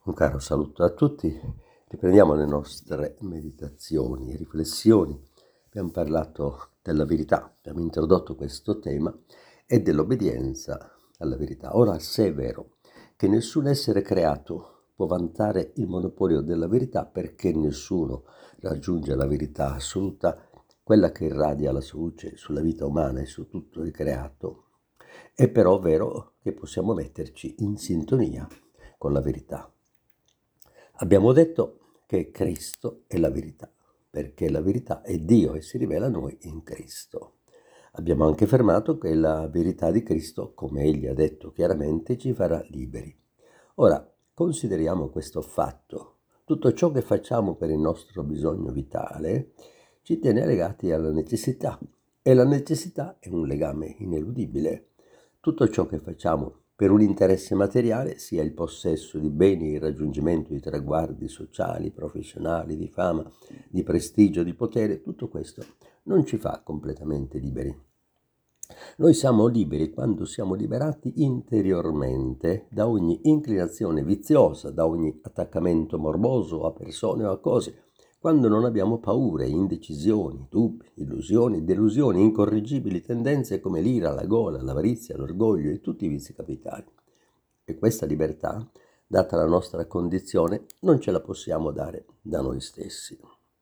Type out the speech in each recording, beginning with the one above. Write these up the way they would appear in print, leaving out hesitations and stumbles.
Un caro saluto a tutti, riprendiamo le nostre meditazioni e riflessioni. Abbiamo parlato della verità, abbiamo introdotto questo tema e dell'obbedienza alla verità. Ora, se è vero che nessun essere creato può vantare il monopolio della verità perché nessuno raggiunge la verità assoluta, quella che irradia la sua luce sulla vita umana e su tutto il creato, è però vero che possiamo metterci in sintonia con la verità. Abbiamo detto che Cristo è la verità, perché la verità è Dio e si rivela a noi in Cristo. Abbiamo anche affermato che la verità di Cristo, come Egli ha detto chiaramente, ci farà liberi. Ora, consideriamo questo fatto. Tutto ciò che facciamo per il nostro bisogno vitale ci tiene legati alla necessità e la necessità è un legame ineludibile. Tutto ciò che facciamo per un interesse materiale, sia il possesso di beni, il raggiungimento di traguardi sociali, professionali, di fama, di prestigio, di potere, tutto questo non ci fa completamente liberi. Noi siamo liberi quando siamo liberati interiormente da ogni inclinazione viziosa, da ogni attaccamento morboso a persone o a cose, quando non abbiamo paure, indecisioni, dubbi, illusioni, delusioni, incorreggibili tendenze come l'ira, la gola, l'avarizia, l'orgoglio e tutti i vizi capitali. E questa libertà, data la nostra condizione, non ce la possiamo dare da noi stessi.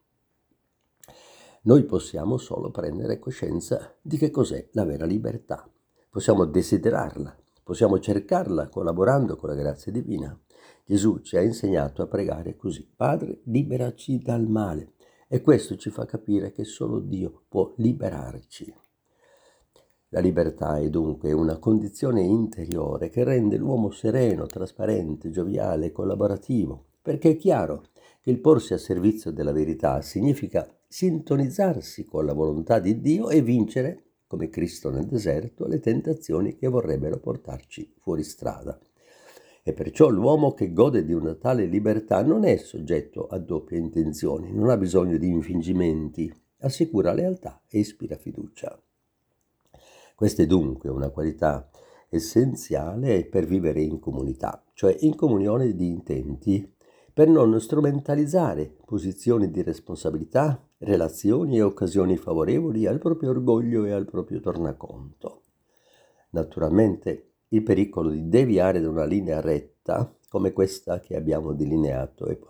Noi possiamo solo prendere coscienza di che cos'è la vera libertà. Possiamo desiderarla, possiamo cercarla collaborando con la grazia divina. Gesù ci ha insegnato a pregare così: Padre, liberaci dal male. E questo ci fa capire che solo Dio può liberarci. La libertà è dunque una condizione interiore che rende l'uomo sereno, trasparente, gioviale, collaborativo, perché è chiaro che il porsi a servizio della verità significa sintonizzarsi con la volontà di Dio e vincere, come Cristo nel deserto, le tentazioni che vorrebbero portarci fuori strada. E perciò l'uomo che gode di una tale libertà non è soggetto a doppie intenzioni, non ha bisogno di infingimenti, assicura lealtà e ispira fiducia. Questa è dunque una qualità essenziale per vivere in comunità, cioè in comunione di intenti, per non strumentalizzare posizioni di responsabilità, relazioni e occasioni favorevoli al proprio orgoglio e al proprio tornaconto. Naturalmente il pericolo di deviare da una linea retta, come questa che abbiamo delineato, è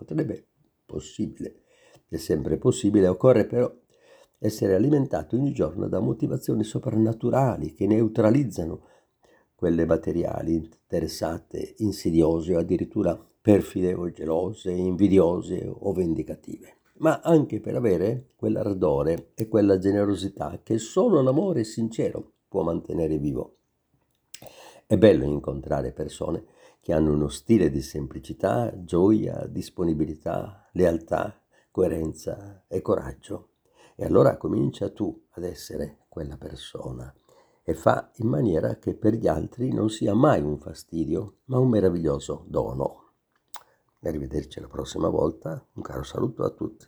sempre possibile, occorre però essere alimentato ogni giorno da motivazioni soprannaturali che neutralizzano quelle materiali, interessate, insidiose o addirittura perfide o gelose, invidiose o vendicative, ma anche per avere quell'ardore e quella generosità che solo l'amore sincero può mantenere vivo. È bello incontrare persone che hanno uno stile di semplicità, gioia, disponibilità, lealtà, coerenza e coraggio. E allora comincia tu ad essere quella persona e fa in maniera che per gli altri non sia mai un fastidio, ma un meraviglioso dono. Arrivederci la prossima volta, un caro saluto a tutti.